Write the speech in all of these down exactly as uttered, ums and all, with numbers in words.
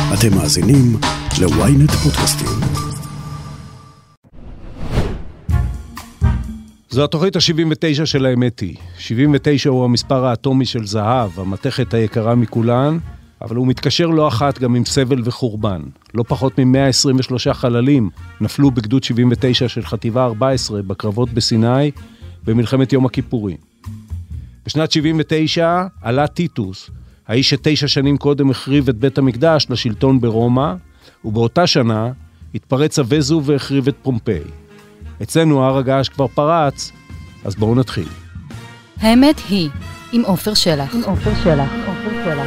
אתם מאזינים ל-ynet פודקאסטים. זו התוכנית ה-שבעים ותשע של האמת היא. שבעים ותשע הוא המספר האטומי של זהב, המתכת היקרה מכולן, אבל הוא מתקשר לא אחת גם עם סבל וחורבן. לא פחות מ-מאה עשרים ושלושה חללים נפלו בגדוד שבעים ותשע של חטיבה ארבע עשרה בקרבות בסיני במלחמת יום הכיפורים. בשנת שבעים ותשע עלה טיטוס, האיש שתשע שנים קודם החריב את בית המקדש לשלטון ברומא, ובאותה שנה התפרץ הווזוב והחריב את פומפיי. אצלנו הר הגעש כבר פרץ, אז בואו נתחיל. האמת היא, עם עופר שלח. עם עופר שלח. עופר שלח.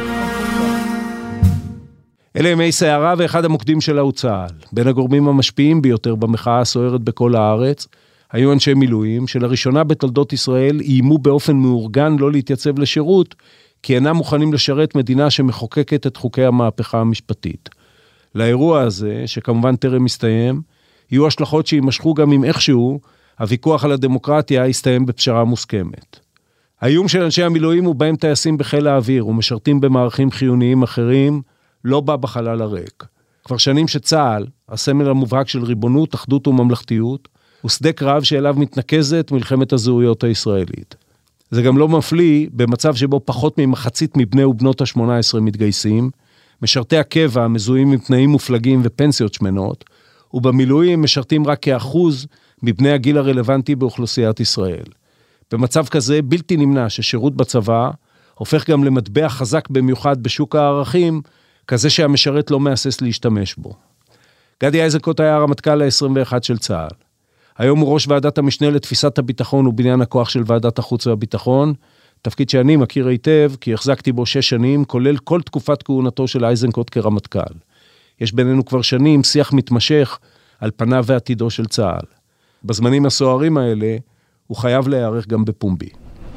אלה ימי סערה ואחד המוקדים שלה הוא צה"ל. בין הגורמים המשפיעים ביותר במחאה הסוערת בכל הארץ, היו אנשי מילואים שלראשונה בתולדות ישראל איימו באופן מאורגן לא להתייצב לשירות, כי אינם מוכנים לשרת מדינה שמחוקקת את חוקי המהפכה המשפטית. לאירוע הזה, שכמובן טרם מסתיים, יהיו השלכות שימשכו גם אם איכשהו, הוויכוח על הדמוקרטיה יסתיים בפשרה מוסכמת. האיום של אנשי המילואים הוא בהם טייסים בחיל האוויר ומשרתים במערכים חיוניים אחרים, לא בא בחלל הריק. כבר שנים שצה"ל, הסמל המובהק של ריבונות, אחדות וממלכתיות, הוא שדה קרב שאליו מתנקזת מלחמת הזהויות הישראלית. זה גם לא מפליא במצב שבו פחות ממחצית מבני ובנות ה-שמונה עשרה מתגייסים, משרתי הקבע מזוהים עם תנאים מופלגים ופנסיות שמנות, ובמילואים משרתים רק כאחוז מבני הגיל הרלוונטי באוכלוסיית ישראל. במצב כזה בלתי נמנע ששירות בצבא הופך גם למטבע חזק במיוחד בשוק הערכים, כזה שהמשרת לא מאסס להשתמש בו. גדי איזנקוט היה הרמטכ"ל ה-עשרים ואחת של צה"ל. היום הוא ראש ועדת המשנה לתפיסת הביטחון ובניין הכוח של ועדת החוץ והביטחון, תפקיד שאני מכיר היטב, כי החזקתי בו שש שנים, כולל כל תקופת כהונתו של איזנקוט כרמטכ"ל. יש בינינו כבר שנים שיח מתמשך על פניו ועתידו של צה"ל. בזמנים הסוערים האלה, הוא חייב להיערך גם בפומבי.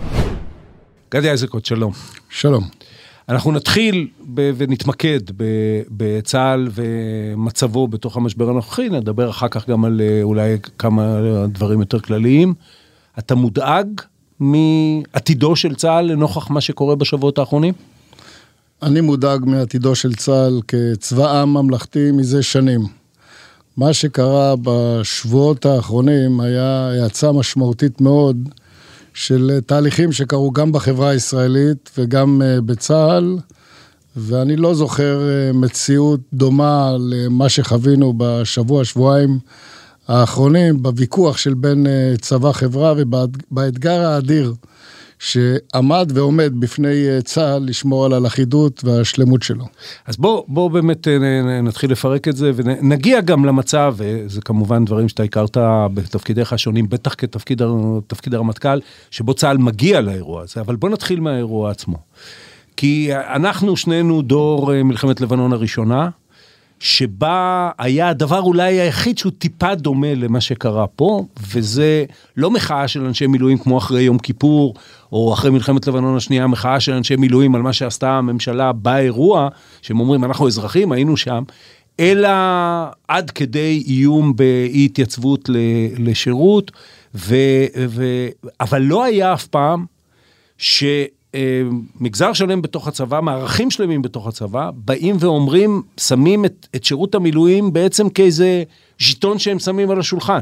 גדי איזנקוט, שלום. שלום. אנחנו נתחיל ב- ונתמקד ב- בצה"ל ומצבו בתוך המשבר הנוכחי, נדבר אחר כך גם על אולי כמה דברים יותר כלליים. אתה מודאג מעתידו של צה"ל לנוכח מה שקורה בשבועות האחרונים? אני מודאג מעתידו של צה"ל כצבא עם ממלכתי מזה שנים. מה שקרה בשבועות האחרונים היה האצה משמעותית מאוד של תהליכים שקרו גם בחברה הישראלית וגם בצה"ל, ואני לא זוכר מציאות דומה למה שחווינו בשבוע, שבועיים האחרונים, בוויכוח של בין צבא חברה ובאתגר האדיר שעמד ועומד בפני צה"ל לשמור על הלכידות והשלמות שלו. אז בוא, בוא באמת נתחיל לפרק את זה, ונגיע גם למצב, וזה כמובן דברים שאתה הכרת בתפקידיך השונים, בטח כתפקיד תפקיד הרמטכ"ל, שבו צה"ל מגיע לאירוע הזה, אבל בוא נתחיל מהאירוע עצמו. כי אנחנו שנינו דור מלחמת לבנון הראשונה, שבה היה הדבר אולי היחיד שהוא טיפה דומה למה שקרה פה, וזה לא מחאה של אנשי מילואים כמו אחרי יום כיפור, או אחרי מלחמת לבנון השנייה, מחאה של אנשי מילואים על מה שעשתה הממשלה באירוע, שהם אומרים אנחנו אזרחים, היינו שם, אלא עד כדי איום באי התייצבות לשירות, ו, ו, אבל לא היה אף פעם ש... מגזר שלם בתוך הצבא, מערכים שלמים בתוך הצבא, באים ואומרים, שמים את, את שירות המילואים בעצם כאיזה ז'יטון שהם שמים על השולחן.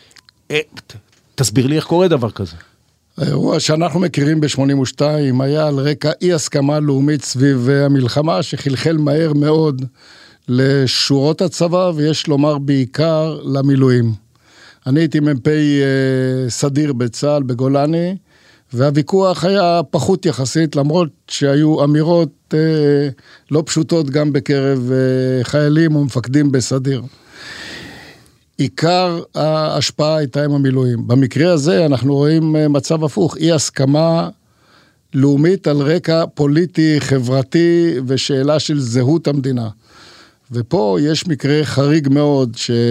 תסביר לי איך קורה דבר כזה. האירוע שאנחנו מכירים ב-שמונים ושתיים היה על רקע אי הסכמה לאומית סביב המלחמה, שחלחל מהר מאוד לשורות הצבא, ויש לומר בעיקר למילואים. אני הייתי מ"פ סדיר בצה"ל בגולני, והוויכוח היה פחות יחסית, למרות שהיו אמירות אה, לא פשוטות גם בקרב אה, חיילים ומפקדים בסדיר. עיקר ההשפעה הייתה עם המילואים. במקרה הזה אנחנו רואים אה, מצב הפוך, אי הסכמה לאומית על רקע פוליטי, חברתי ושאלה של זהות המדינה. ופה יש מקרה חריג מאוד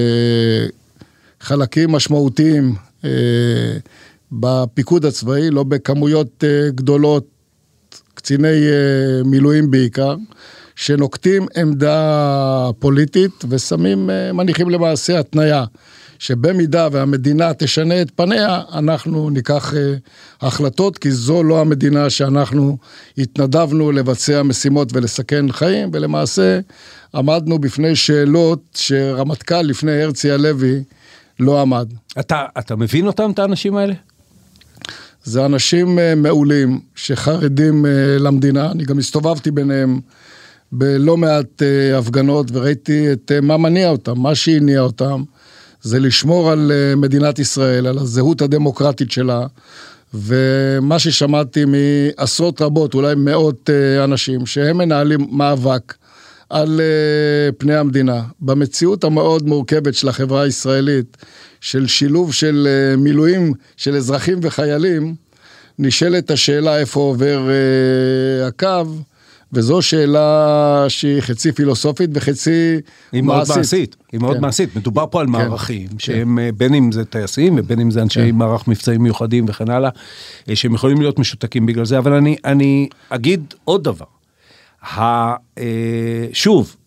שחלקים משמעותיים אה, בפיקוד הצבאי, לא בכמויות גדולות, קציני מילואים בעיקר, שנוקטים עמדה פוליטית ושמים, מניחים למעשה התניה, שבמידה והמדינה תשנה את פניה, אנחנו ניקח החלטות, כי זו לא המדינה שאנחנו התנדבנו לבצע משימות ולסכן חיים, ולמעשה עמדנו בפני שאלות שרמטכ"ל לפני הרצי הלוי לא עמד. אתה, אתה מבין אותם, את האנשים האלה? זה אנשים מעולים שחרדים למדינה, אני גם הסתובבתי ביניהם בלא מעט הפגנות וראיתי את מה מניע אותם, מה שהניע אותם, זה לשמור על מדינת ישראל, על הזהות הדמוקרטית שלה, ומה ששמעתי מעשרות רבות, אולי מאות אנשים, שהם מנהלים מאבק על פני המדינה, במציאות המאוד מורכבת של החברה הישראלית, של שילוב של מילואים של אזרחים וחיילים, נשאלת השאלה איפה עובר הקו, וזו שאלה שהיא חצי פילוסופית וחצי היא מעשית. מאוד מעשית, היא מאוד מעשית. מדובר פה על מערכים, שהם בין אם זה טייסים, ובין אם זה אנשי מערך מבצעים מיוחדים וכן הלאה, שהם יכולים להיות משותקים בגלל זה, אבל אני, אני אגיד עוד דבר. שוב,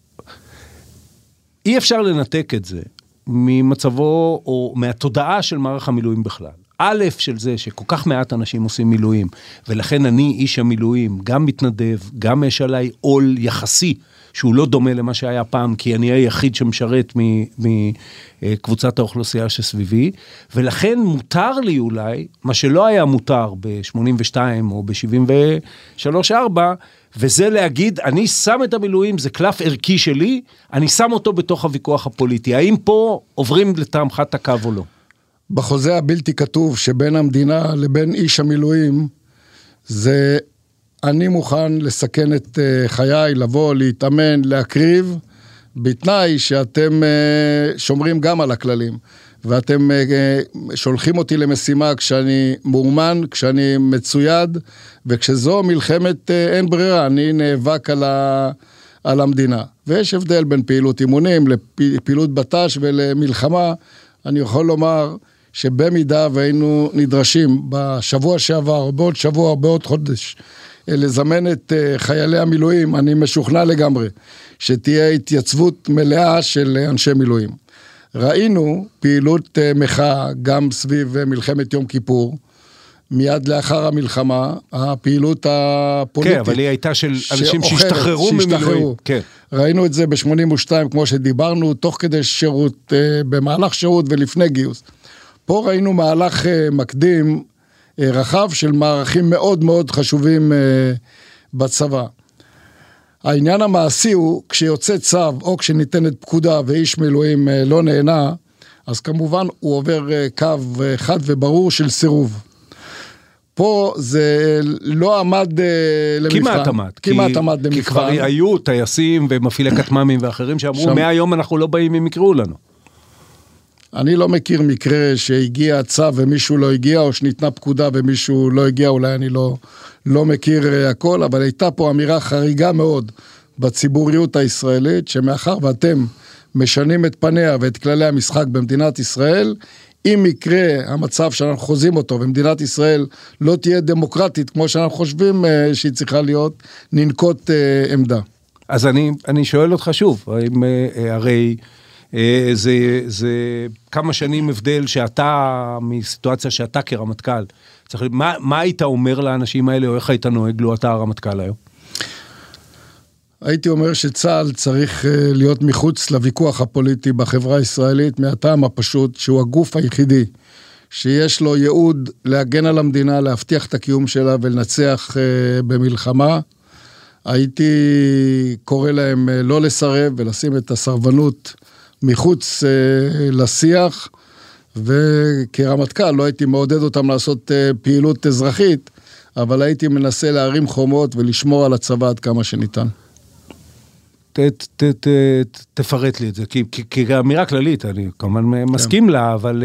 אי אפשר לנתק את זה ממצבו או מהתודעה של מערך המילואים בכלל. א' של זה שכל כך מעט אנשים עושים מילואים, ולכן אני איש המילואים, גם מתנדב, גם יש עליי עול יחסי, שהוא לא דומה למה שהיה פעם, כי אני היחיד שמשרת מקבוצת האוכלוסייה שסביבי, ולכן מותר לי אולי, מה שלא היה מותר ב-שמונים ושתיים או ב-שבעים ושלוש ארבע, וזה להגיד, אני שם את המילואים, זה קלף ערכי שלי, אני שם אותו בתוך הוויכוח הפוליטי. האם פה עוברים לטעמך את הקו או לא? בחוזה הבלתי כתוב שבין המדינה לבין איש המילואים, זה אני מוכן לסכן את חיי, לבוא, להתאמן, להקריב, בתנאי שאתם שומרים גם על הכללים, ואתם שולחים אותי למשימה כשאני מאומן, כשאני מצויד, וכשזו מלחמת אין ברירה, אני נאבק על, ה, על המדינה. ויש הבדל בין פעילות אימונים לפעילות בט"ש ולמלחמה. אני יכול לומר שבמידה והיינו נדרשים בשבוע שעבר, או בעוד שבוע, או בעוד חודש, לזמן את חיילי המילואים, אני משוכנע לגמרי, שתהיה התייצבות מלאה של אנשי מילואים. ראינו פעילות מחאה גם סביב מלחמת יום כיפור, מיד לאחר המלחמה, הפעילות הפוליטית. כן, אבל היא הייתה של אנשים שהשתחררו ממילואים. כן. ראינו את זה ב-שמונים ושתיים, כמו שדיברנו, תוך כדי שירות, במהלך שירות ולפני גיוס. פה ראינו מהלך מקדים רחב של מערכים מאוד מאוד חשובים בצבא. העניין המעשי הוא, כשיוצא צו או כשניתנת פקודה ואיש מילואים לא נהנה, אז כמובן הוא עובר קו חד וברור של סירוב. פה זה לא עמד למבחן. כמעט עמד. כמעט עמד למבחן. כי כבר היו טייסים ומפעילי כטמ"מים ואחרים שאמרו, מהיום אנחנו לא באים אם יקראו לנו. אני לא מכיר מקרה שהגיע צו ומישהו לא הגיע, או שניתנה פקודה ומישהו לא הגיע, אולי אני לא, לא מכיר הכל, אבל הייתה פה אמירה חריגה מאוד בציבוריות הישראלית, שמאחר ואתם משנים את פניה ואת כללי המשחק במדינת ישראל, אם יקרה המצב שאנחנו חוזים אותו, ומדינת ישראל לא תהיה דמוקרטית, כמו שאנחנו חושבים שהיא צריכה להיות, ננקוט עמדה. אז אני, אני שואל אותך שוב, האם הרי זה, זה כמה שנים הבדל שאתה, מסיטואציה שאתה כרמטכ"ל, צריך, מה, מה היית אומר לאנשים האלה, או איך היית נוהג לו אתה הרמטכ"ל היום? הייתי אומר שצה"ל צריך להיות מחוץ לוויכוח הפוליטי בחברה הישראלית, מהטעם הפשוט שהוא הגוף היחידי, שיש לו ייעוד להגן על המדינה, להבטיח את הקיום שלה ולנצח במלחמה. הייתי קורא להם לא לסרב ולשים את הסרבנות מחוץ לשיח, וכרמטכ"ל לא הייתי מעודד אותם לעשות פעילות אזרחית, אבל הייתי מנסה להרים חומות ולשמור על הצבא עד כמה שניתן. ת, ת, ת, ת, תפרט לי את זה, כי, כי, כי אמירה כללית, אני כמובן מסכים לה, אבל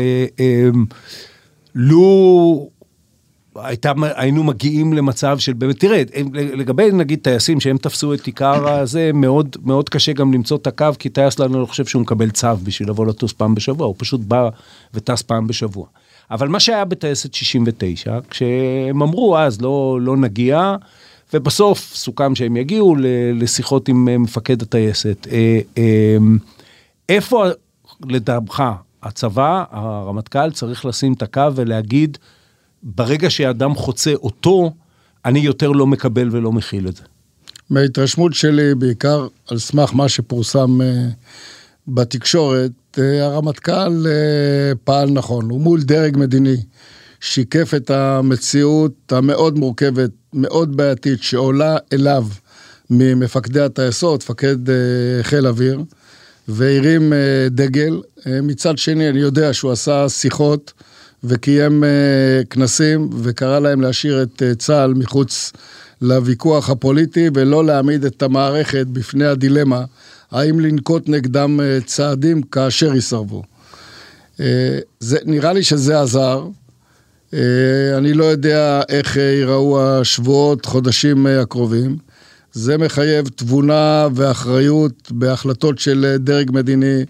לו הייתה, היינו מגיעים למצב של, באמת, תראה, לגבי נגיד טייסים שהם תפסו את עיקר הזה, מאוד, מאוד קשה גם למצוא את הקו, כי טייס לנו, אני חושב שהוא מקבל צו בשביל לבוא לטוס פעם בשבוע, הוא פשוט בא וטס פעם בשבוע. אבל מה שהיה בטייסת שישים ותשע, כשהם אמרו אז לא, לא נגיע, ובסוף סוכם שהם יגיעו לשיחות עם מפקד הטייסת. איפה לדעתך הצבא, הרמטכ"ל צריך לשים את הקו ולהגיד, ברגע שאדם חוצה אותו, אני יותר לא מקבל ולא מכיל את זה. מההתרשמות שלי, בעיקר על סמך מה שפורסם בתקשורת, הרמטכ"ל פעל נכון, הוא מול דרג מדיני, שיקף את המציאות המאוד מורכבת, מאוד בעייתית, שעולה אליו ממפקדי הטייסות, מפקד חיל אוויר, והרים דגל. מצד שני, אני יודע שהוא עשה שיחות, וקיים כנסים, וקרא להם להשאיר את צה"ל מחוץ לוויכוח הפוליטי, ולא להעמיד את המערכת בפני הדילמה, האם לנקוט נגדם צעדים כאשר יסרבו. זה, נראה לי שזה עזר, אני לא יודע איך ייראו השבועות, חודשים הקרובים, זה מחייב תבונה ואחריות בהחלטות של דרג מדיני,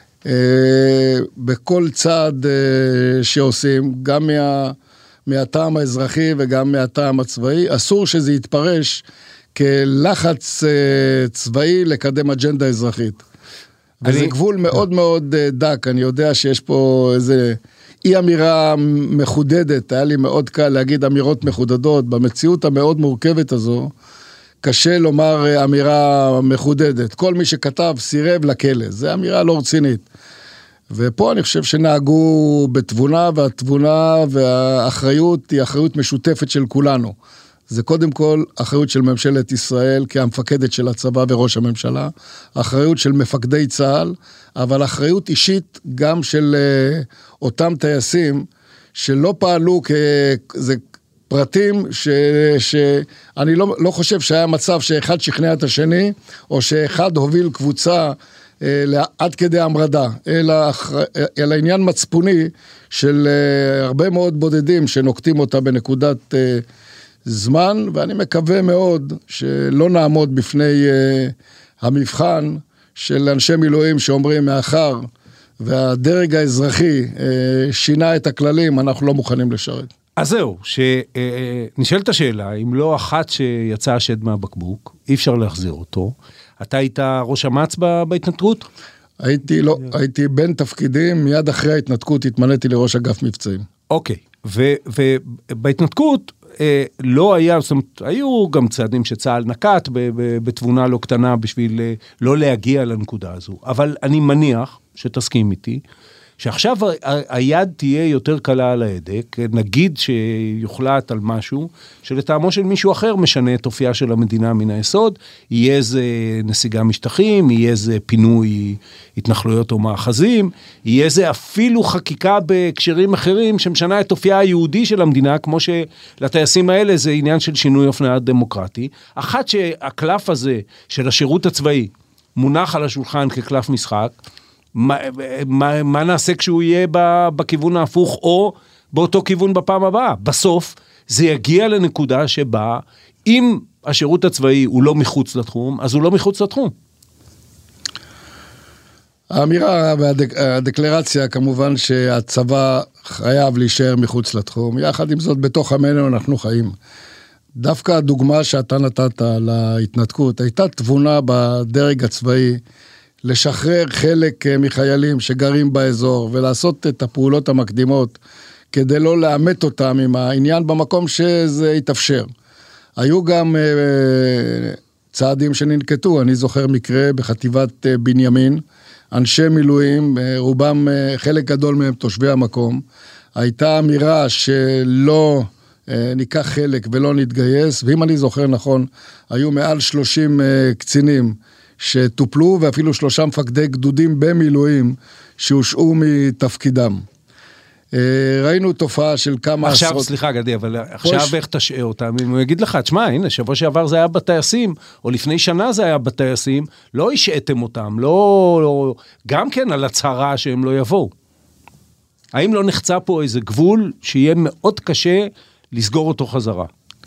בכל צעד שעושים, גם מה, מהטעם האזרחי וגם מהטעם הצבאי, אסור שזה יתפרש כלחץ צבאי לקדם אג'נדה אזרחית. אני... וזה גבול מאוד מאוד דק, אני יודע שיש פה איזה אי אמירה מחודדת, היה לי מאוד קל להגיד אמירות מחודדות, במציאות המאוד מורכבת הזו, קשה לומר אמירה מחודדת. כל מי שכתב סירב לכלא, זו אמירה לא רצינית. ופה אני חושב שנהגו בתבונה, והתבונה והאחריות היא אחריות משותפת של כולנו. זה קודם כל אחריות של ממשלת ישראל, כהמפקדת של הצבא וראש הממשלה, אחריות של מפקדי צה"ל, אבל אחריות אישית גם של uh, אותם טייסים, שלא פעלו כזה פרטים, ש, שאני לא, לא חושב שהיה מצב שאחד שכנע את השני, או שאחד הוביל קבוצה uh, עד כדי המרדה, אלא, אלא עניין מצפוני של uh, הרבה מאוד בודדים שנוקטים אותה בנקודת uh, זמן, ואני מקווה מאוד שלא נעמוד בפני uh, המבחן של אנשי מילואים שאומרים מאחר, והדרג האזרחי uh, שינה את הכללים, אנחנו לא מוכנים לשרת. אז זהו, שנשאלת השאלה, אם לא אחת שיצא השד מהבקבוק, אי אפשר להחזיר אותו, אתה היית ראש המץ בהתנתקות? הייתי, לא, הייתי בין תפקידים, מיד אחרי ההתנתקות התמניתי לראש אגף מבצעים. אוקיי, ובהתנתקות, לא היה, זאת אומרת, היו גם צעדים שצה"ל נקט בתבונה לא קטנה בשביל לא להגיע לנקודה הזו, אבל אני מניח שתסכים איתי, שעכשיו היד תהיה יותר קלה על ההדק, נגיד שיוחלט על משהו, שלטעמו של מישהו אחר משנה את אופייה של המדינה מן היסוד, יהיה איזה נסיגה משטחים, יהיה איזה פינוי התנחלויות או מאחזים, יהיה איזה אפילו חקיקה בהקשרים אחרים, שמשנה את אופייה היהודי של המדינה, כמו שלטייסים האלה זה עניין של שינוי אופנה דמוקרטי. אחת שהקלף הזה של השירות הצבאי מונח על השולחן כקלף משחק, מה, מה, מה נעשה כשהוא יהיה בכיוון ההפוך, או באותו כיוון בפעם הבאה? בסוף זה יגיע לנקודה שבה, אם השירות הצבאי הוא לא מחוץ לתחום, אז הוא לא מחוץ לתחום. האמירה והדקלרציה, כמובן שהצבא חייב להישאר מחוץ לתחום, יחד עם זאת בתוך עמנו אנחנו חיים. דווקא הדוגמה שאתה נתת להתנתקות, הייתה תבונה בדרג הצבאי, לשחרר חלק מחיילים שגרים באזור, ולעשות את הפעולות המקדימות, כדי לא לאמת אותם עם העניין במקום שזה יתאפשר. היו גם צעדים שננקטו, אני זוכר מקרה בחטיבת בנימין, אנשי מילואים, רובם, חלק גדול מהם תושבי המקום, הייתה אמירה שלא ניקח חלק ולא נתגייס, ואם אני זוכר נכון, היו מעל שלושים קצינים, שטופלו, ואפילו שלושה מפקדי גדודים במילואים, שהושעו מתפקידם. ראינו תופעה של כמה עכשיו, עשרות... סליחה גדי, אבל עכשיו ש... איך תשעה אותם? אם הוא יגיד לך, תשמע, הנה, שבוע שעבר זה היה בטייסים, או לפני שנה זה היה בטייסים, לא השעתם אותם, לא, לא... גם כן על הצהרה שהם לא יבואו. האם לא נחצה פה איזה גבול, שיהיה מאוד קשה לסגור אותו חזרה?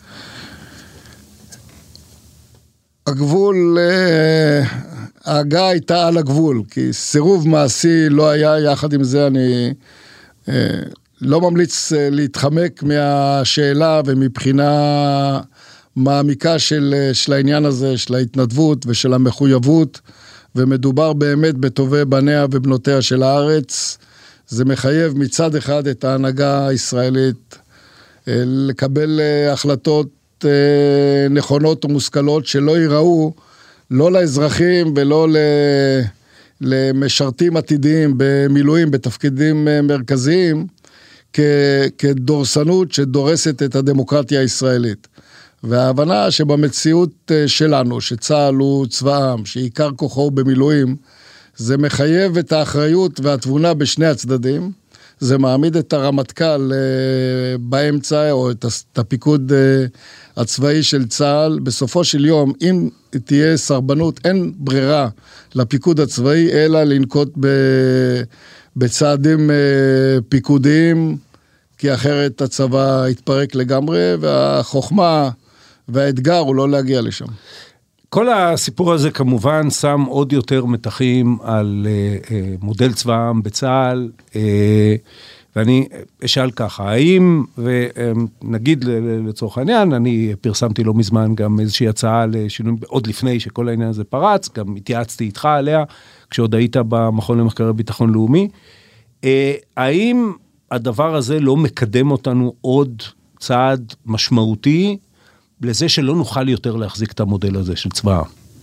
הגבול, ההגעה הייתה על הגבול, כי סירוב מעשי לא היה, יחד עם זה אני לא ממליץ להתחמק מהשאלה ומבחינה מעמיקה של, של העניין הזה, של ההתנדבות ושל המחויבות, ומדובר באמת בטובי בניה ובנותיה של הארץ, זה מחייב מצד אחד את ההנהגה הישראלית, לקבל החלטות נכונות ומושכלות שלא ייראו, לא לאזרחים ולא למשרתים עתידיים במילואים, בתפקידים מרכזיים, כדורסנות שדורסת את הדמוקרטיה הישראלית. וההבנה שבמציאות שלנו, שצה"ל הוא צבא עם, שעיקר כוחו במילואים, זה מחייב את האחריות והתבונה בשני הצדדים, זה מעמיד את הרמטכ"ל באמצע, או את הפיקוד הצבאי של צה"ל. בסופו של יום, אם תהיה סרבנות, אין ברירה לפיקוד הצבאי, אלא לנקוט בצעדים פיקודיים, כי אחרת הצבא יתפרק לגמרי, והחוכמה והאתגר הוא לא להגיע לשם. כל הסיפור הזה כמובן שם עוד יותר מתחים על uh, uh, מודל צבא העם בצה"ל, uh, ואני אשאל ככה, האם, ונגיד לצורך העניין, אני פרסמתי לא מזמן גם איזושהי הצעה לשינוי, עוד לפני שכל העניין הזה פרץ, גם התייעצתי איתך עליה, כשעוד היית במכון למחקרי ביטחון לאומי, uh, האם הדבר הזה לא מקדם אותנו עוד צעד משמעותי, לזה שלא נוכל יותר להחזיק את המודל הזה של צבא?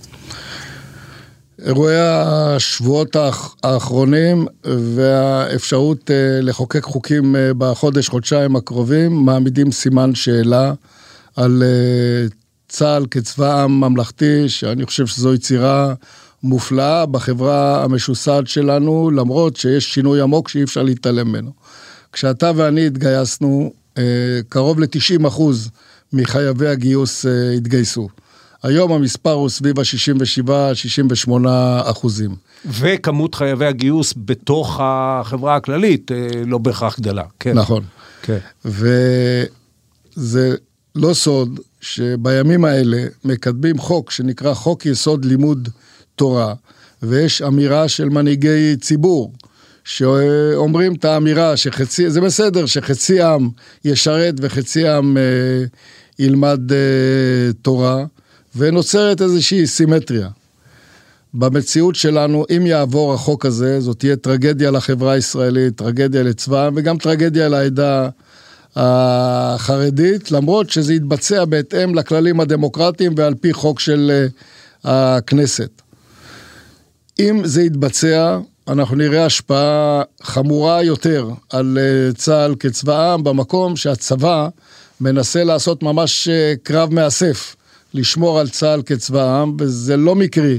אירועי השבועות האחרונים והאפשרות לחוקק חוקים בחודש, חודשיים הקרובים, מעמידים סימן שאלה על צה"ל כצבא עם ממלכתי, שאני חושב שזו יצירה מופלאה בחברה המשוסעת שלנו, למרות שיש שינוי עמוק שאי אפשר להתעלם ממנו. כשאתה ואני התגייסנו, קרוב ל-תשעים אחוז מחייבי הגיוס התגייסו. היום המספר הוא סביב ה-שישים ושבעה שישים ושמונה אחוזים. וכמות חייבי הגיוס בתוך החברה הכללית לא בהכרח גדלה. כן. נכון. כן. וזה לא סוד שבימים האלה מקדמים חוק שנקרא חוק יסוד לימוד תורה, ויש אמירה של מנהיגי ציבור, שאומרים את האמירה שחצי, זה בסדר שחצי עם ישרת וחצי עם אה, ילמד אה, תורה, ונוצרת איזושהי סימטריה. במציאות שלנו, אם יעבור החוק הזה, זאת תהיה טרגדיה לחברה הישראלית, טרגדיה לצבא, וגם טרגדיה לעדה החרדית, למרות שזה יתבצע בהתאם לכללים הדמוקרטיים ועל פי חוק של אה, הכנסת. אם זה יתבצע, אנחנו נראה השפעה חמורה יותר על צה"ל כצבא עם, במקום שהצבא מנסה לעשות ממש קרב מאסף, לשמור על צה"ל כצבא עם, וזה לא מקרי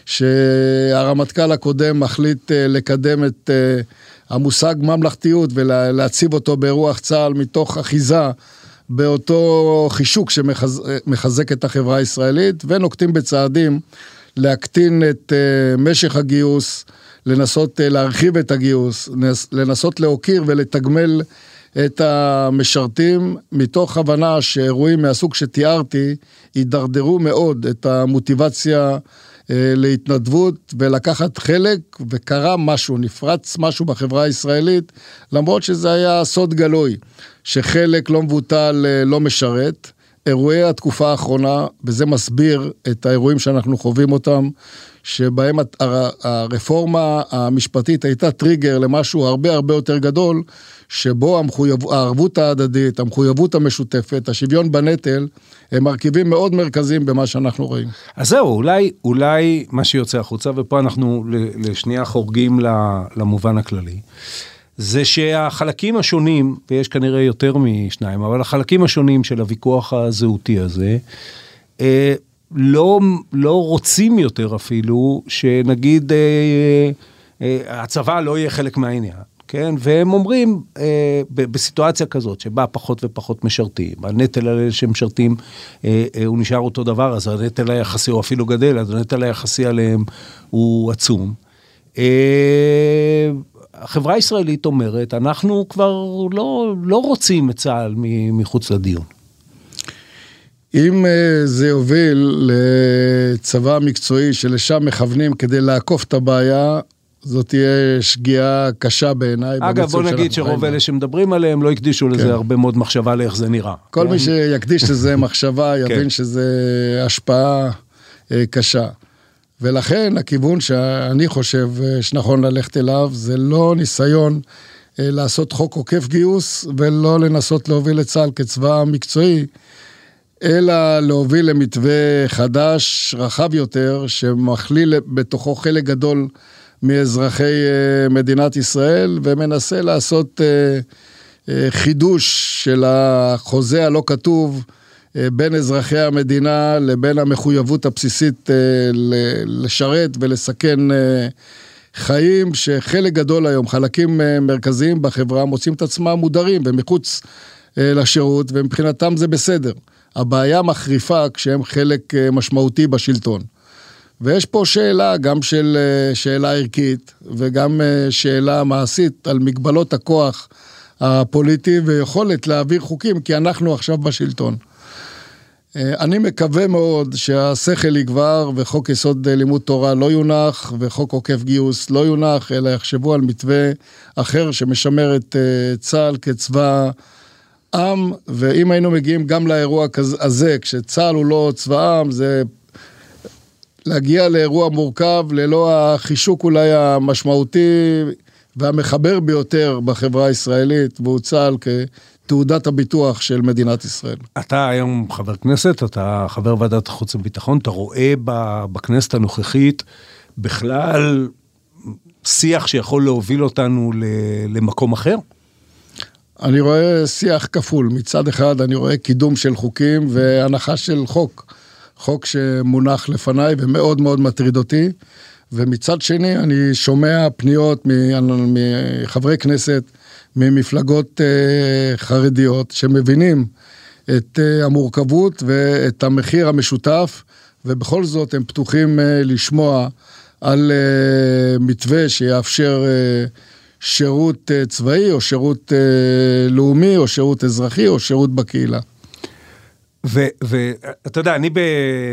שהרמטכ"ל הקודם מחליט לקדם את המושג ממלכתיות, ולהציב אותו ברוח צה"ל מתוך אחיזה, באותו חישוק שמחזק את החברה הישראלית, ונוקטים בצעדים להקטין את משך הגיוס, לנסות להרחיב את הגיוס, לנסות להוקיר ולתגמל את המשרתים, מתוך הבנה שאירועים מהסוג שתיארתי, יידרדרו מאוד את המוטיבציה להתנדבות ולקחת חלק, וקרה משהו, נפרץ משהו בחברה הישראלית, למרות שזה היה סוד גלוי, שחלק לא מבוטל לא משרת. אירועי התקופה האחרונה, וזה מסביר את האירועים שאנחנו חווים אותם, שבהם הרפורמה המשפטית הייתה טריגר למשהו הרבה הרבה יותר גדול, שבו המחויב, הערבות ההדדית, המחויבות המשותפת, השוויון בנטל, הם מרכיבים מאוד מרכזיים במה שאנחנו רואים. אז זהו, אולי, אולי מה שיוצא החוצה, ופה אנחנו לשנייה חורגים למובן הכללי, זה שהחלקים השונים, ויש כנראה יותר משניים, אבל החלקים השונים של הוויכוח הזהותי הזה, לא, לא רוצים יותר אפילו, שנגיד הצבא לא יהיה חלק מהעניין, כן? והם אומרים, בסיטואציה כזאת, שבה פחות ופחות משרתים, הנטל האלה שמשרתים, הוא נשאר אותו דבר, אז הנטל היחסי הוא אפילו גדל, אז הנטל היחסי עליהם הוא עצום. החברה הישראלית אומרת, אנחנו כבר לא, לא רוצים את צה"ל מחוץ לדיון. אם זה יוביל לצבא מקצועי שלשם מכוונים כדי לעקוף את הבעיה, זאת תהיה שגיאה קשה בעיניי. אגב, בוא נגיד שרוב אלה שמדברים עליהם לא יקדישו לזה כן. הרבה מאוד מחשבה לאיך זה נראה. כל כן? מי שיקדיש לזה מחשבה יבין כן. שזה השפעה קשה. ולכן הכיוון שאני חושב שנכון ללכת אליו, זה לא ניסיון לעשות חוק עוקף גיוס, ולא לנסות להוביל את צה"ל כצבא מקצועי, אלא להוביל למתווה חדש, רחב יותר, שמכליל בתוכו חלק גדול מאזרחי מדינת ישראל, ומנסה לעשות חידוש של החוזה הלא כתוב, בין אזרחי המדינה לבין המחויבות הבסיסית לשרת ולסכן חיים, שחלק גדול היום, חלקים מרכזיים בחברה, מוצאים את עצמם מודרים ומחוץ לשירות, ומבחינתם זה בסדר. הבעיה מחריפה כשהם חלק משמעותי בשלטון. ויש פה שאלה, גם של שאלה ערכית, וגם שאלה מעשית על מגבלות הכוח הפוליטי, ויכולת להעביר חוקים, כי אנחנו עכשיו בשלטון. אני מקווה מאוד שהשכל יגבר, וחוק יסוד לימוד תורה לא יונח, וחוק עוקף גיוס לא יונח, אלא יחשבו על מתווה אחר שמשמר את צה"ל כצבא עם, ואם היינו מגיעים גם לאירוע הזה, כשצה"ל הוא לא צבא עם, זה להגיע לאירוע מורכב, ללא החישוק אולי המשמעותי והמחבר ביותר בחברה הישראלית, והוא צה"ל כתעודת הביטוח של מדינת ישראל. אתה היום חבר כנסת, אתה חבר ועדת החוץ וביטחון, אתה רואה בכנסת הנוכחית בכלל שיח שיכול להוביל אותנו למקום אחר? אני רואה שיח כפול. מצד אחד אני רואה קידום של חוקים והנחה של חוק, חוק שמונח לפניי ומאוד מאוד מטריד אותי, ומצד שני אני שומע פניות מחברי כנסת, ממפלגות חרדיות, שמבינים את המורכבות ואת המחיר המשותף, ובכל זאת הם פתוחים לשמוע על מתווה שיאפשר שירות צבאי, או שירות לאומי, או שירות אזרחי, או שירות בקהילה. ואתה יודע, אני ב...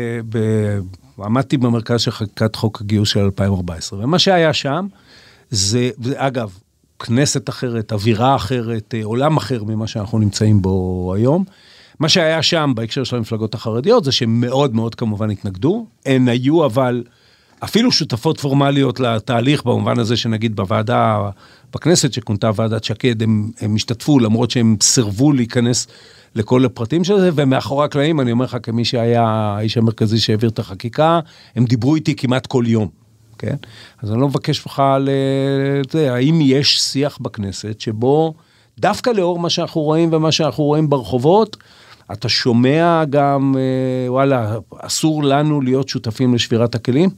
עמדתי במרכז של חקיקת חוק הגיוס של אלפיים וארבע עשרה, ומה שהיה שם, זה, אגב, כנסת אחרת, אווירה אחרת, עולם אחר ממה שאנחנו נמצאים בו היום, מה שהיה שם בהקשר של המפלגות החרדיות, זה שהם מאוד מאוד כמובן התנגדו, הן היו אבל אפילו שותפות פורמליות לתהליך, במובן הזה שנגיד בוועדה, בכנסת שכונתה ועדת שקד, הם, הם השתתפו, למרות שהם סרבו להיכנס לכל הפרטים של זה, ומאחורי הקלעים, אני אומר לך, כמי שהיה האיש המרכזי שהעביר את החקיקה, הם דיברו איתי כמעט כל יום, כן? אז אני לא מבקש לך, לזה, האם יש שיח בכנסת, שבו דווקא לאור מה שאנחנו רואים, ומה שאנחנו רואים ברחובות, אתה שומע גם, וואלה, אסור לנו להיות שותפים לשבירת הכלים?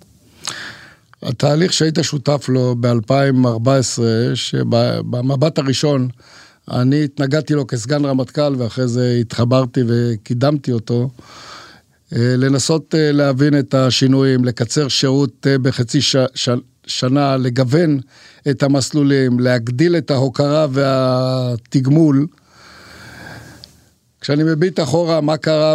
התהליך שהיית שותף לו ב-אלפיים וארבע עשרה, שבמבט הראשון, אני התנגדתי לו כסגן רמטכ"ל, ואחרי זה התחברתי וקידמתי אותו, לנסות להבין את השינויים, לקצר שירות בחצי ש... ש... שנה, לגוון את המסלולים, להגדיל את ההוקרה והתגמול. כשאני מביט אחורה, מה קרה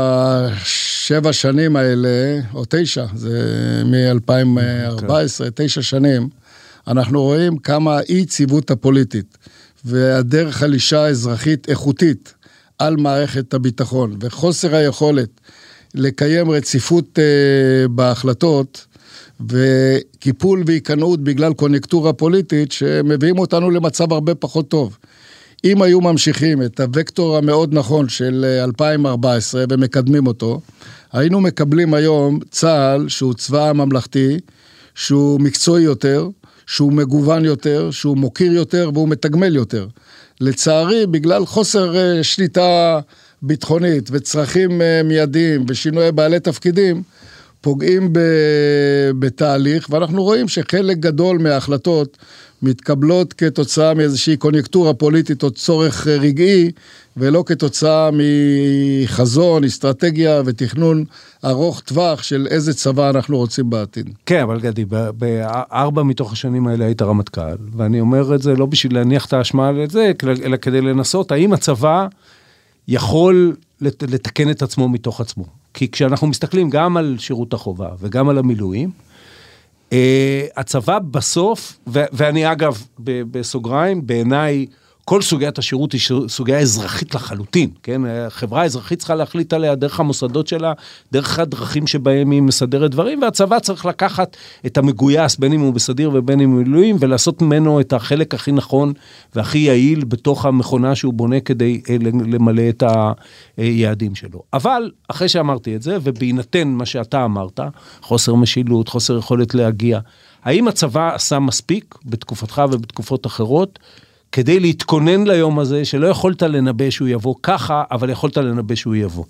בשבע שנים האלה, או תשע, זה מ-אלפיים וארבע עשרה, תשע שנים, אנחנו רואים כמה אי-ציבות הפוליטית, והדרך הלישה אזרחית איכותית על מערכת הביטחון, וחוסר היכולת לקיים רציפות uh, בהחלטות, וקיפול והיכנעות בגלל קונקטורה פוליטית, שמביאים אותנו למצב הרבה פחות טוב. אם היו ממשיכים את הוקטור המאוד נכון של אלפיים וארבע עשרה ומקדמים אותו, היינו מקבלים היום צה"ל שהוא צבא ממלכתי, שהוא מקצועי יותר, שהוא מגוון יותר, שהוא מוקיר יותר והוא מתגמל יותר. לצערי, בגלל חוסר שליטה ביטחונית וצרכים מיידיים ושינוי בעלי תפקידים, פוגעים בתהליך, ואנחנו רואים שחלק גדול מההחלטות מתקבלות כתוצאה מאיזושהי קוניונקטורה פוליטית או צורך רגעי, ולא כתוצאה מחזון, אסטרטגיה ותכנון ארוך טווח של איזה צבא אנחנו רוצים בעתיד. כן, אבל גדי, בארבע מתוך השנים האלה היית רמטכ"ל, ואני אומר את זה לא בשביל להניח את האשמה על זה, אלא כדי לנסות, האם הצבא יכול לתקן את עצמו מתוך עצמו? כי כשאנחנו מסתכלים גם על שירות החובה וגם על המילואים, הצבא בסוף, ואני אגב בסוגריים, בעיניי כל סוגיית השירות היא סוגיה אזרחית לחלוטין, כן? החברה האזרחית צריכה להחליט עליה דרך המוסדות שלה, דרך הדרכים שבהם היא מסדרת דברים, והצבא צריך לקחת את המגויס, בין אם הוא בסדיר ובין אם הוא מילואים, ולעשות ממנו את החלק הכי נכון והכי יעיל בתוך המכונה שהוא בונה כדי למלא את היעדים שלו. אבל אחרי שאמרתי את זה, ובהינתן מה שאתה אמרת, חוסר משילות, חוסר יכולת להגיע, האם הצבא עשה מספיק בתקופתך ובתקופות אחרות, כדי להתכונן ליום הזה, שלא יכולת לנבא שהוא יבוא ככה, אבל יכולת לנבא שהוא יבוא?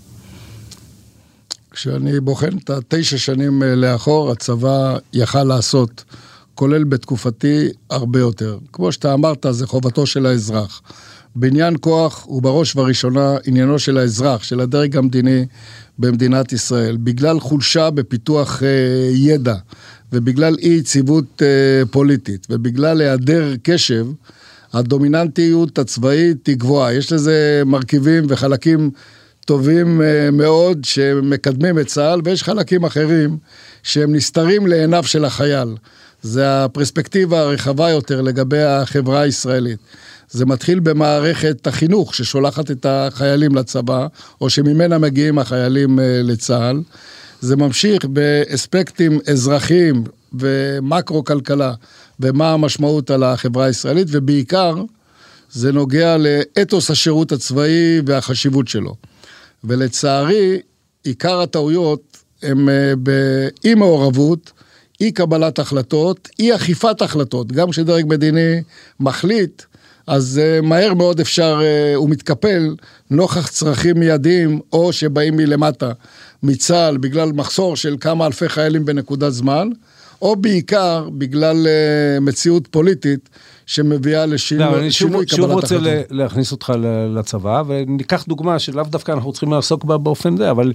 כשאני בוחן את התשע שנים לאחור, הצבא יכל לעשות, כולל בתקופתי, הרבה יותר. כמו שאתה אמרת, זה חובתו של האזרח. בניין כוח הוא בראש ובראשונה עניינו של האזרח, של הדרג המדיני במדינת ישראל. בגלל חולשה בפיתוח ידע, ובגלל אי יציבות פוליטית, ובגלל היעדר קשב, הדומיננטיות הצבאית היא גבוהה. יש לזה מרכיבים וחלקים טובים מאוד שמקדמים את צה"ל, ויש חלקים אחרים שהם נסתרים לעיניו של החייל. זה הפרספקטיבה הרחבה יותר לגבי החברה הישראלית. זה מתחיל במערכת החינוך ששולחת את החיילים לצבא, או שממנה מגיעים החיילים לצה"ל. זה ממשיך באספקטים אזרחיים ומקרו-כלכלה, ומה המשמעות על החברה הישראלית, ובעיקר זה נוגע לאתוס השירות הצבאי והחשיבות שלו. ולצערי, עיקר הטעויות הם באי מעורבות, אי קבלת החלטות, אי אכיפת החלטות. גם כשדרג מדיני מחליט, אז מהר מאוד אפשר, הוא מתקפל נוכח צרכים מיידיים, או שבאים מלמטה מצה"ל, בגלל מחסור של כמה אלפי חיילים בנקודת זמן, או בעיקר בגלל מציאות פוליטית שמביאה לשינוי קבלת החלטות. אני שוב רוצה להכניס אותך לצבא, וניקח דוגמה שלאו דווקא אנחנו צריכים לעסוק בה באופן זה, אבל,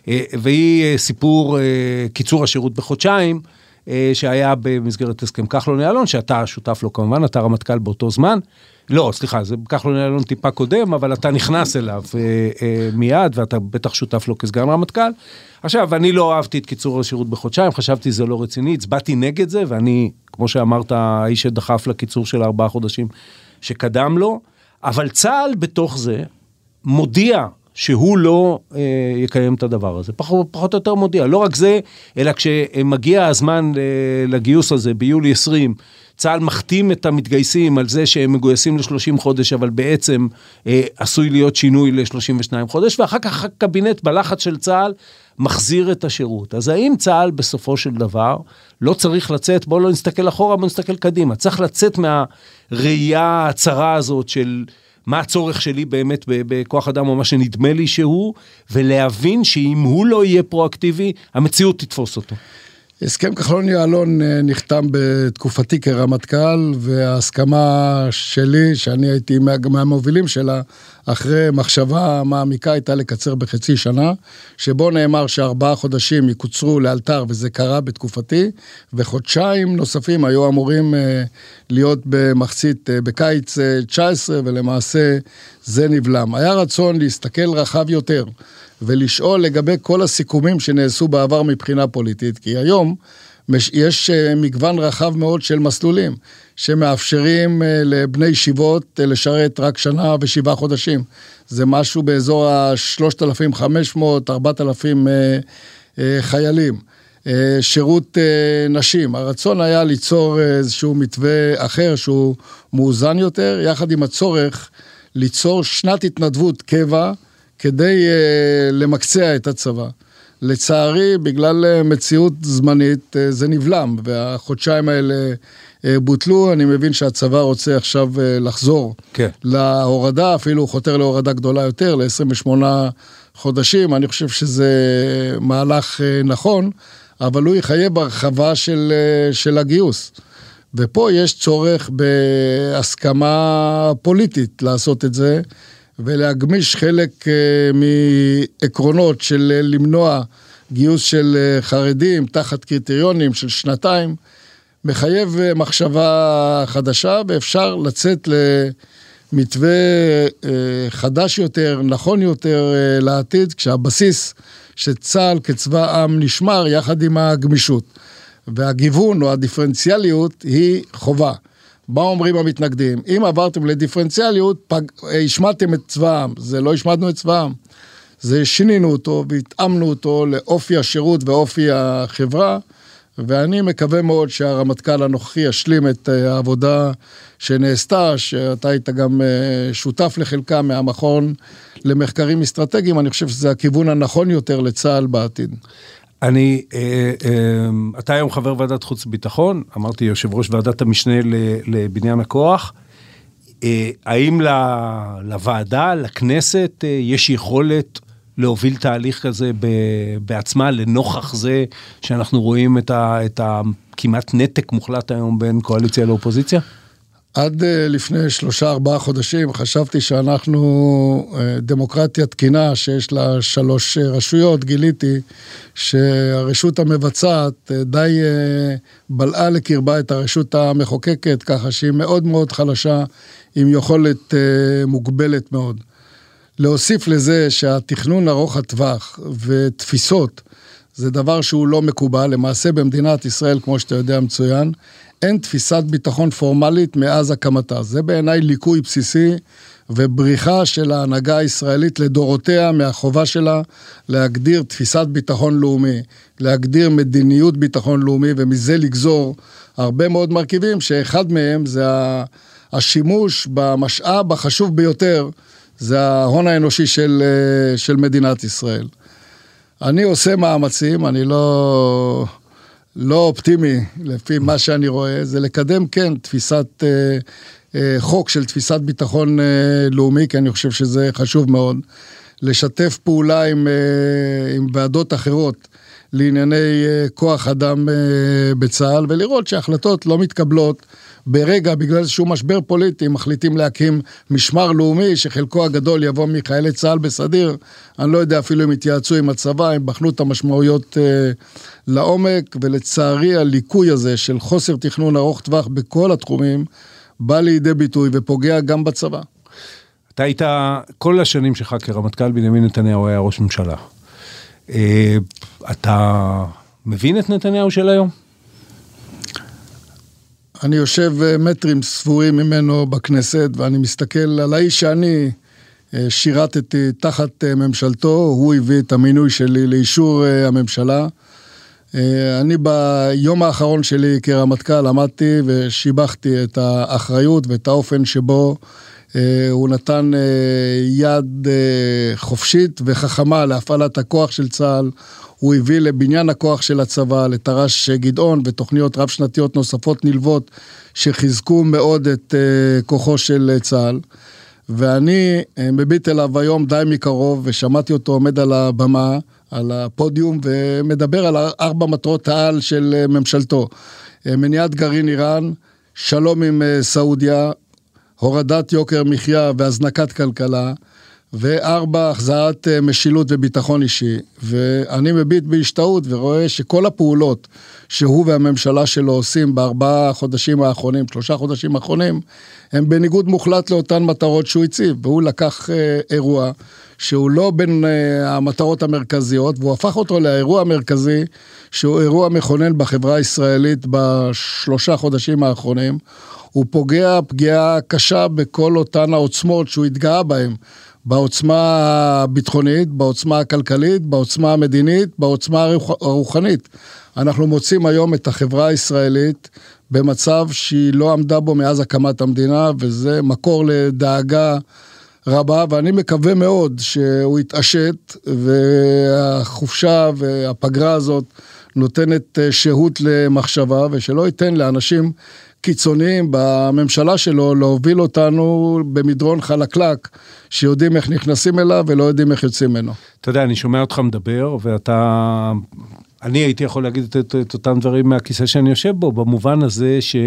והיא סיפור קיצור השירות בחודשיים, שהיה במסגרת הסכם כחלון-יעלון, שאתה שותף לו כמובן, אתה רמטכ"ל באותו זמן, לא, סליחה, זה כחלון-יעלון טיפה קודם, אבל אתה נכנס אליו אה, אה, מיד, ואתה בטח שותף לו כסגן רמטכ"ל. עכשיו, אני לא אהבתי את קיצור השירות בחודשיים, חשבתי זה לא רציני, הצבעתי נגד זה, ואני, כמו שאמרת, האיש שדחף לקיצור של ארבעה חודשים שקדם לו, אבל צה"ל בתוך זה מודיע שהוא לא אה, יקיים את הדבר הזה. פחות, פחות או יותר מודיע. לא רק זה, אלא כשמגיע הזמן אה, לגיוס הזה, ביולי עשרים, צה"ל מחתים את המתגייסים על זה שהם מגויסים ל-שלושים חודש, אבל בעצם אה, עשוי להיות שינוי ל-שלושים ושניים חודש, ואחר כך הקבינט בלחץ של צה"ל מחזיר את השירות. אז האם צה"ל בסופו של דבר לא צריך לצאת, בואו לא נסתכל אחורה, בואו נסתכל קדימה, צריך לצאת מהראייה הצרה הזאת של מה הצורך שלי באמת בכוח אדם, או מה שנדמה לי שהוא, ולהבין שאם הוא לא יהיה פרואקטיבי, המציאות תתפוס אותו. הסכם כחלון-יעלון נחתם בתקופתי כרמטכ"ל, וההסכמה שלי, שאני הייתי מהמובילים שלה, אחרי מחשבה מעמיקה הייתה לקצר בחצי שנה, שבו נאמר שארבעה חודשים יקוצרו לאלתר, וזה קרה בתקופתי, וחודשיים נוספים היו אמורים להיות במחצית, בקיץ תשע עשרה, ולמעשה זה נבלם. היה רצון להסתכל רחב יותר, ולשאול לגבי כל הסיכומים שנעשו בעבר מבחינה פוליטית, כי היום יש מגוון רחב מאוד של מסלולים, שמאפשרים לבני ישיבות לשרת רק שנה ושבעה חודשים. זה משהו באזור ה-שלושת אלפים וחמש מאות עד ארבעת אלפים חיילים. שירות נשים. הרצון היה ליצור איזשהו מתווה אחר, שהוא מאוזן יותר, יחד עם הצורך ליצור שנת התנדבות קבע, כדי uh, למקצע את הצבא. לצערי, בגלל uh, מציאות זמנית, uh, זה נבלם, והחודשיים האלה uh, בוטלו. אני מבין שהצבא רוצה עכשיו uh, לחזור כן. להורדה, אפילו חותר להורדה גדולה יותר, ל-עשרים ושמונה חודשים. אני חושב שזה מהלך uh, נכון, אבל הוא יחייב הרחבה של, uh, של הגיוס. ופה יש צורך בהסכמה פוליטית לעשות את זה, ולהגמיש חלק מעקרונות של למנוע גיוס של חרדים תחת קריטריונים של שנתיים, מחייב מחשבה חדשה, ואפשר לצאת למתווה חדש יותר, נכון יותר לעתיד, כשהבסיס שצה"ל כצבא עם נשמר יחד עם הגמישות. והגיוון או הדיפרנציאליות היא חובה. מה אומרים המתנגדים? אם עברתם לדיפרנציאליות, פג... השמעתם את צבא העם, זה לא השמענו את צבא העם, זה שינינו אותו והתאמנו אותו לאופי השירות ואופי החברה, ואני מקווה מאוד שהרמטכ"ל הנוכחי ישלים את העבודה שנעשתה, שאתה היית גם שותף לחלקה מהמכון למחקרים אסטרטגיים, אני חושב שזה הכיוון הנכון יותר לצה"ל בעתיד. אני, אתה היום חבר ועדת חוץ וביטחון, אמרתי יושב ראש ועדת המשנה לבניין הכוח, האם לוועדה, לכנסת, יש יכולת להוביל תהליך כזה בעצמה, לנוכח זה שאנחנו רואים את ה, את ה, כמעט נתק מוחלט היום בין קואליציה לאופוזיציה? עד לפני שלושה ארבעה חודשים חשבתי שאנחנו דמוקרטיה תקינה שיש לה שלוש רשויות, גיליתי שהרשות המבצעת די בלעה לקרבה את הרשות המחוקקת, ככה שהיא מאוד מאוד חלשה עם יכולת מוגבלת מאוד. להוסיף לזה שהתכנון ארוך הטווח ותפיסות זה דבר שהוא לא מקובל, למעשה במדינת ישראל כמו שאתה יודע מצוין, אין תפיסת ביטחון פורמלית מאז הקמתה. זה בעיניי ליקוי בסיסי ובריחה של ההנהגה הישראלית לדורותיה מהחובה שלה להגדיר תפיסת ביטחון לאומי, להגדיר מדיניות ביטחון לאומי ומזה לגזור הרבה מאוד מרכיבים שאחד מהם זה השימוש במשאב החשוב ביותר, זה ההון האנושי של, של מדינת ישראל. אני עושה מאמצים, אני לא... לא אופטימי, לפי מה שאני רואה, זה לקדם, כן, תפיסת אה, אה, חוק של תפיסת ביטחון אה, לאומי, כי אני חושב שזה חשוב מאוד, לשתף פעולה עם, אה, עם ועדות אחרות, לענייני אה, כוח אדם אה, בצה"ל, ולראות שההחלטות לא מתקבלות ברגע, בגלל איזשהו משבר פוליטי, מחליטים להקים משמר לאומי, שחלקו הגדול יבוא מחיילי צה"ל בסדיר, אני לא יודע אפילו אם התייעצו עם הצבא, הם בחנו את המשמעויות אה, לעומק, ולצערי הליקוי הזה של חוסר תכנון ארוך טווח בכל התחומים, בא לידי ביטוי ופוגע גם בצבא. אתה היית, כל השנים שלך כרמטכ"ל בנימין נתניהו היה ראש ממשלה. אה, אתה מבין את נתניהו של היום? אני יושב מטרים ספורים ממנו בכנסת, ואני מסתכל על האיש שאני שירתתי תחת ממשלתו, הוא הביא את המינוי שלי לאישור הממשלה. אני ביום האחרון שלי כרמטכ"ל עמדתי ושיבחתי את האחריות ואת האופן שבו הוא נתן יד חופשית וחכמה להפעלת הכוח של צה"ל, הוא הביא לבניין הכוח של הצבא, לתר"ש גדעון ותוכניות רב שנתיות נוספות נלוות שחיזקו מאוד את כוחו של צה"ל. ואני מביט אליו היום די מקרוב ושמעתי אותו עומד על הבמה, על הפודיום ומדבר על ארבע מטרות העל של ממשלתו. מניעת גרעין איראן, שלום עם סעודיה, הורדת יוקר מחיה והזנקת כלכלה, וארבע, החזרת משילות וביטחון אישי. ואני מביט בהשתאות ורואה שכל הפעולות שהוא והממשלה שלו עושים בארבעה חודשים האחרונים, שלושה חודשים האחרונים, הם בניגוד מוחלט לאותן מטרות שהוא הציב. והוא לקח אירוע שהוא לא בין המטרות המרכזיות, והוא הפך אותו לאירוע המרכזי, שהוא אירוע מכונן בחברה הישראלית בשלושה חודשים האחרונים. הוא פוגע פגיעה קשה בכל אותן העוצמות שהוא התגאה בהן, בעוצמה הביטחונית, בעוצמה הכלכלית, בעוצמה המדינית, בעוצמה הרוחנית. אנחנו מוצאים היום את החברה הישראלית במצב שהיא לא עמדה בו מאז הקמת המדינה, וזה מקור לדאגה רבה, ואני מקווה מאוד שהוא יתעשת, והחופשה והפגרה הזאת נותנת שהות למחשבה, ושלא ייתן לאנשים קיצוניים בממשלה שלו להוביל אותנו במדרון חלקלק, שיודעים איך נכנסים אליו ולא יודעים איך יוצאים ממנו. אתה יודע, אני שומע אותך מדבר, ואתה, אני הייתי יכול להגיד את, את, את אותם דברים מהכיסא שאני יושב בו, במובן הזה ש...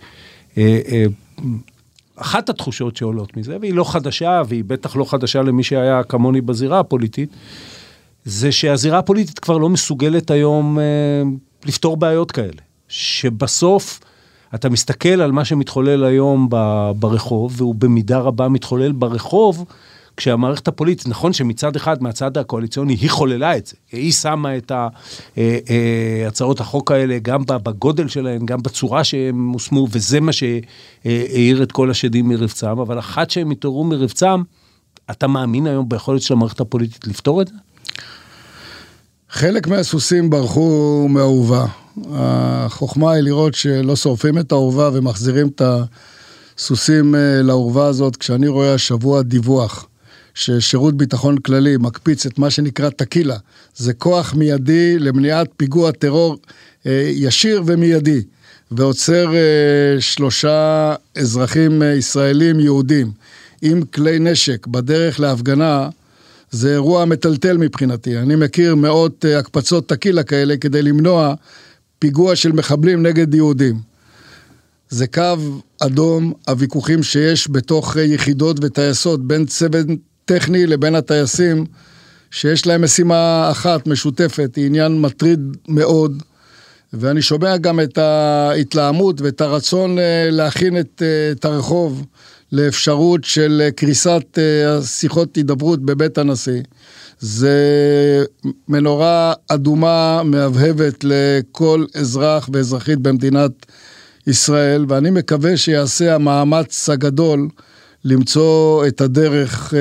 אחת התחושות שעולות מזה, והיא לא חדשה, והיא בטח לא חדשה למי שהיה כמוני בזירה הפוליטית, זה שהזירה הפוליטית כבר לא מסוגלת היום לפתור בעיות כאלה. שבסוף אתה מסתכל על מה שמתחולל היום ברחוב, והוא במידה רבה מתחולל ברחוב, כשהמערכת הפוליטית, נכון שמצד אחד, מהצד הקואליציוני, היא חוללה את זה. היא שמה את הצעות החוק האלה, גם בגודל שלהן, גם בצורה שהם הושמו, וזה מה שהעיר את כל השדים מרבצם, אבל אחת שהם התעוררו מרבצם, אתה מאמין היום ביכולת של המערכת הפוליטית לפתור את זה? חלק מהסוסים ברחו מהאהובה. החוכמה היא לראות שלא שורפים את האהובה ומחזירים את הסוסים לאהובה הזאת. כשאני רואה השבוע דיווח ששירות ביטחון כללי מקפיץ את מה שנקרא תקילה, זה כוח מיידי למניעת פיגוע טרור ישיר ומיידי, ועוצר שלושה אזרחים ישראלים יהודים עם כלי נשק בדרך להפגנה, זה אירוע מטלטל מבחינתי. אני מכיר מאות הקפצות תקילה כאלה כדי למנוע פיגוע של מחבלים נגד יהודים. זה קו אדום, הוויכוחים שיש בתוך יחידות וטייסות, בין צוות טכני לבין הטייסים, שיש להם משימה אחת משותפת, היא עניין מטריד מאוד, ואני שומע גם את ההתלהמות ואת הרצון להכין את, את הרחוב, לאפשרות של קריסת שיחות הידברות בבית הנשיא. זה מנורה אדומה מהבהבת לכל אזרח ואזרחית במדינת ישראל, ואני מקווה שיעשה המאמץ הגדול למצוא את הדרך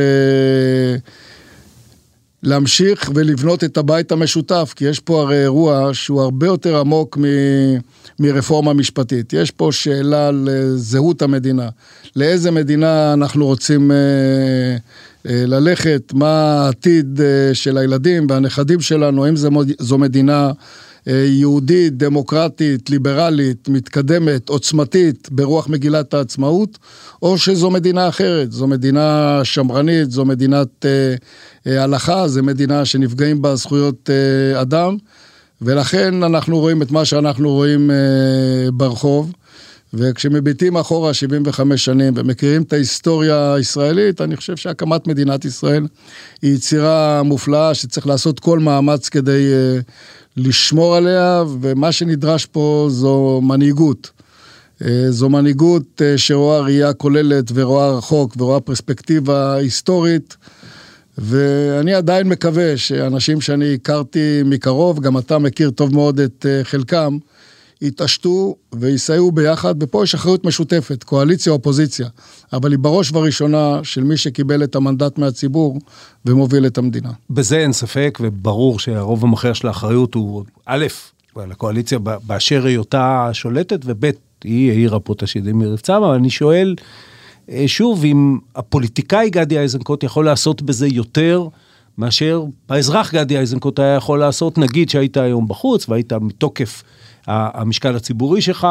להמשיך ולבנות את הבית המשותף, כי יש פה הרי אירוע שהוא הרבה יותר עמוק מ... מרפורמה משפטית. יש פה שאלה על זהות המדינה. לאיזה מדינה אנחנו רוצים אה, אה, ללכת, מה העתיד אה, של הילדים והנכדים שלנו, האם זו, זו מדינה אה, יהודית, דמוקרטית, ליברלית, מתקדמת, עוצמתית, ברוח מגילת העצמאות, או שזו מדינה אחרת, זו מדינה שמרנית, זו מדינת אה, אה, הלכה, זו מדינה שנפגעים בה זכויות אה, אדם, ולכן אנחנו רואים את מה שאנחנו רואים אה, ברחוב, וכשמביטים אחורה שבעים וחמש שנים ומכירים את ההיסטוריה הישראלית, אני חושב שהקמת מדינת ישראל היא יצירה מופלאה שצריך לעשות כל מאמץ כדי אה, לשמור עליה, ומה שנדרש פה זו מנהיגות. אה, זו מנהיגות אה, שרואה ראייה כוללת ורואה רחוק ורואה פרספקטיבה היסטורית, ואני עדיין מקווה שאנשים שאני הכרתי מקרוב, גם אתה מכיר טוב מאוד את חלקם, יתעשתו ויסייעו ביחד, ופה יש אחריות משותפת, קואליציה, אופוזיציה, אבל היא בראש ובראשונה של מי שקיבל את המנדט מהציבור ומוביל את המדינה. בזה אין ספק, וברור שהרוב המחר של האחריות הוא א', לקואליציה באשר היותה שולטת, וב' היא העירה פה את השדים מרבצם, אבל אני שואל, שוב, אם הפוליטיקאי גדי איזנקוט יכול לעשות בזה יותר, מאשר האזרח גדי איזנקוט היה יכול לעשות, נגיד שהיית היום בחוץ, והיית מתוקף המשקל הציבורי שלך,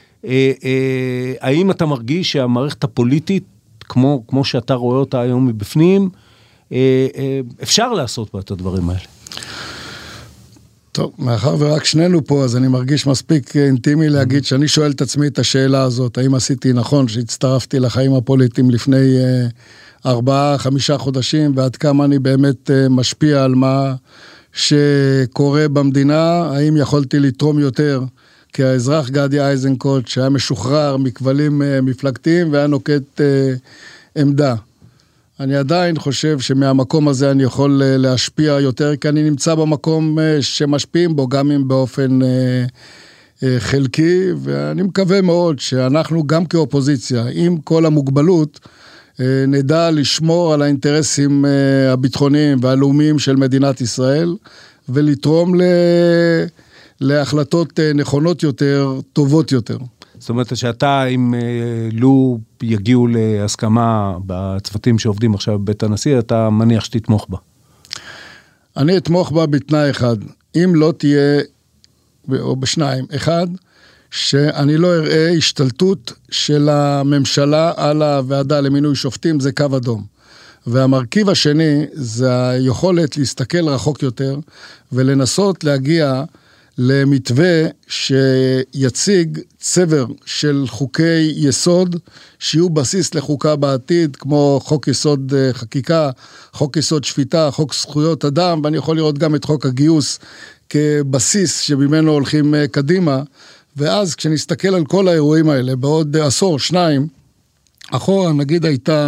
האם אתה מרגיש שהמערכת הפוליטית, כמו, כמו שאתה רואה אותה היום מבפנים, אפשר לעשות בה את הדברים האלה? טוב, מאחר ורק שנינו פה, אז אני מרגיש מספיק אינטימי להגיד שאני שואל את עצמי את השאלה הזאת, האם עשיתי נכון שהצטרפתי לחיים הפוליטיים לפני ארבעה, חמישה חודשים, ועד כמה אני באמת משפיע על מה שקורה במדינה, האם יכולתי לתרום יותר כאזרח גדי איזנקוט, שהיה משוחרר מכבלים מפלגתיים והיה נוקט עמדה. אני עדיין חושב שמהמקום הזה אני יכול להשפיע יותר, כי אני נמצא במקום שמשפיעים בו, גם אם באופן חלקי, ואני מקווה מאוד שאנחנו גם כאופוזיציה, עם כל המוגבלות, נדע לשמור על האינטרסים הביטחוניים והלאומיים של מדינת ישראל, ולתרום להחלטות נכונות יותר, טובות יותר. זאת אומרת שאתה, אם לו יגיעו להסכמה בצוותים שעובדים עכשיו בבית הנשיא, אתה מניח שתתמוך בה. אני אתמוך בה בתנאי אחד. אם לא תהיה, או בשניים, אחד, שאני לא אראה השתלטות של הממשלה על הוועדה למינוי שופטים, זה קו אדום. והמרכיב השני, זה היכולת להסתכל רחוק יותר, ולנסות להגיע למתווה שיציג צבר של חוקי יסוד, שיהיו בסיס לחוקה בעתיד, כמו חוק יסוד חקיקה, חוק יסוד שפיטה, חוק זכויות אדם, ואני יכול לראות גם את חוק הגיוס כבסיס שממנו הולכים קדימה, ואז כשנסתכל על כל האירועים האלה, בעוד עשור, שניים, אחורה נגיד הייתה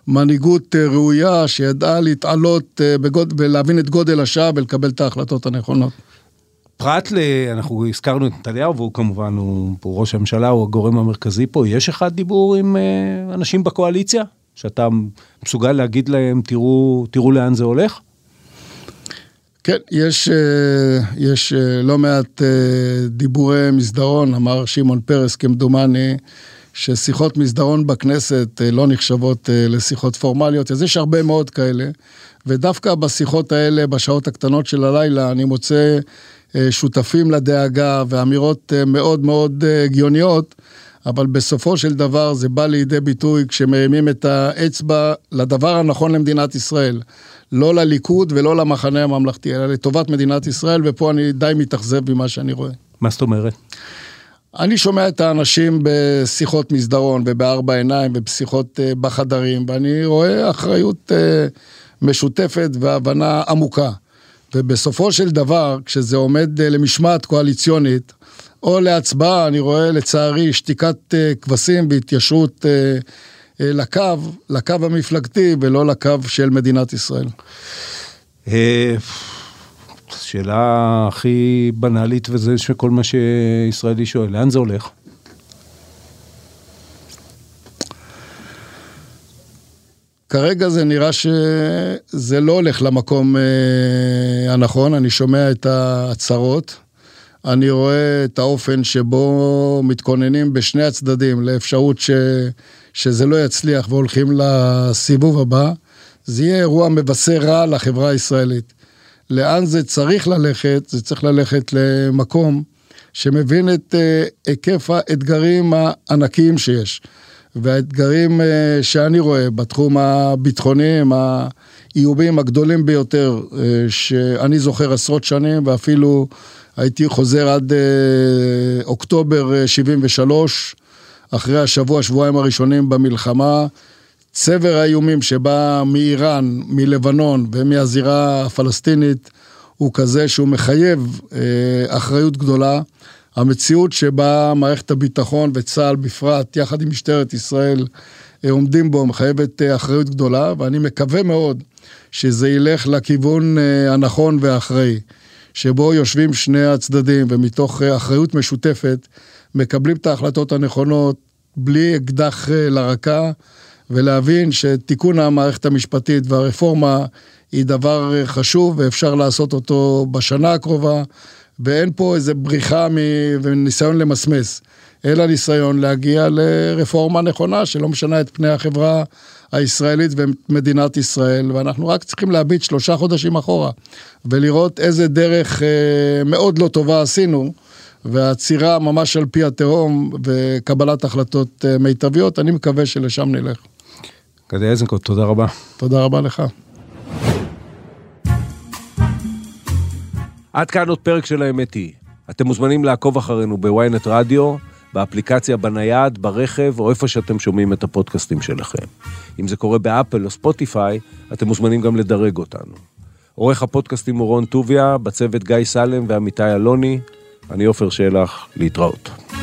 מנהיגות ראויה שידעה להתעלות בגוד... ולהבין את גודל השעה ולקבל את ההחלטות הנכונות. פרט ל... אנחנו הזכרנו את נתניהו, והוא כמובן, הוא, הוא ראש הממשלה, הוא הגורם המרכזי פה. יש אחד דיבור עם אה, אנשים בקואליציה, שאתה מסוגל להגיד להם, תראו, תראו לאן זה הולך? כן, יש, יש לא מעט דיבורי מסדרון, אמר שמעון פרס כמדומני, ששיחות מסדרון בכנסת לא נחשבות לשיחות פורמליות, אז יש הרבה מאוד כאלה, ודווקא בשיחות האלה, בשעות הקטנות של הלילה, אני מוצא שותפים לדאגה, ואמירות מאוד מאוד הגיוניות, אבל בסופו של דבר זה בא לידי ביטוי כשמרימים את האצבע לדבר הנכון למדינת ישראל. לא לליכוד ולא למחנה הממלכתי, אלא לטובת מדינת ישראל, ופה אני די מתאכזב ממה שאני רואה. מה זאת אומרת? אני שומע את האנשים בשיחות מסדרון ובארבע עיניים ובשיחות בחדרים, ואני רואה אחריות משותפת והבנה עמוקה. ובסופו של דבר, כשזה עומד למשמעת קואליציונית, או להצבעה, אני רואה לצערי שתיקת כבשים והתיישרות לקו, לקו המפלגתי ולא לקו של מדינת ישראל. שאלה הכי בנאלית וזה שכל מה שישראלי שואל, לאן זה הולך? כרגע זה נראה שזה לא הולך למקום הנכון, אני שומע את ההצהרות, אני רואה את האופן שבו מתכוננים בשני הצדדים לאפשרות ש... שזה לא יצליח והולכים לסיבוב הבא, זה יהיה אירוע מבשר רע לחברה הישראלית. לאן זה צריך ללכת? זה צריך ללכת למקום שמבין את היקף האתגרים הענקיים שיש, והאתגרים שאני רואה בתחום הביטחוניים, האיומים הגדולים ביותר, שאני זוכר עשרות שנים, ואפילו הייתי חוזר עד אוקטובר שבעים ושלוש, אחרי השבוע, שבועיים הראשונים במלחמה, צבר האיומים שבא מאיראן, מלבנון ומהזירה הפלסטינית, הוא כזה שהוא מחייב אה, אחריות גדולה. המציאות שבה מערכת הביטחון וצה"ל בפרט, יחד עם משטרת ישראל, אה, עומדים בו, מחייבת אה, אחריות גדולה, ואני מקווה מאוד שזה ילך לכיוון אה, הנכון והאחראי, שבו יושבים שני הצדדים, ומתוך אה, אחריות משותפת, מקבלים את ההחלטות הנכונות, בלי אקדח אה, לרקה, ולהבין שתיקון המערכת המשפטית והרפורמה היא דבר חשוב, ואפשר לעשות אותו בשנה הקרובה, ואין פה איזה בריחה וניסיון למסמס, אלא ניסיון להגיע לרפורמה נכונה, שלא משנה את פני החברה הישראלית ומדינת ישראל, ואנחנו רק צריכים להביט שלושה חודשים אחורה, ולראות איזה דרך מאוד לא טובה עשינו, והצירה ממש על פי התהום, וקבלת החלטות מיטביות, אני מקווה שלשם נלך. גדי איזנקוט, תודה רבה. תודה רבה לך. עד כאן עוד פרק של האמת היא. אתם מוזמנים לעקוב אחרינו בוויינט רדיו, באפליקציה, בנייד, ברכב, או איפה שאתם שומעים את הפודקאסטים שלכם. אם זה קורה באפל או ספוטיפיי, אתם מוזמנים גם לדרג אותנו. עורך הפודקאסטים הוא רון טוביה, בצוות גיא סלם ועמיתי אלוני, אני עופר שלח, להתראות.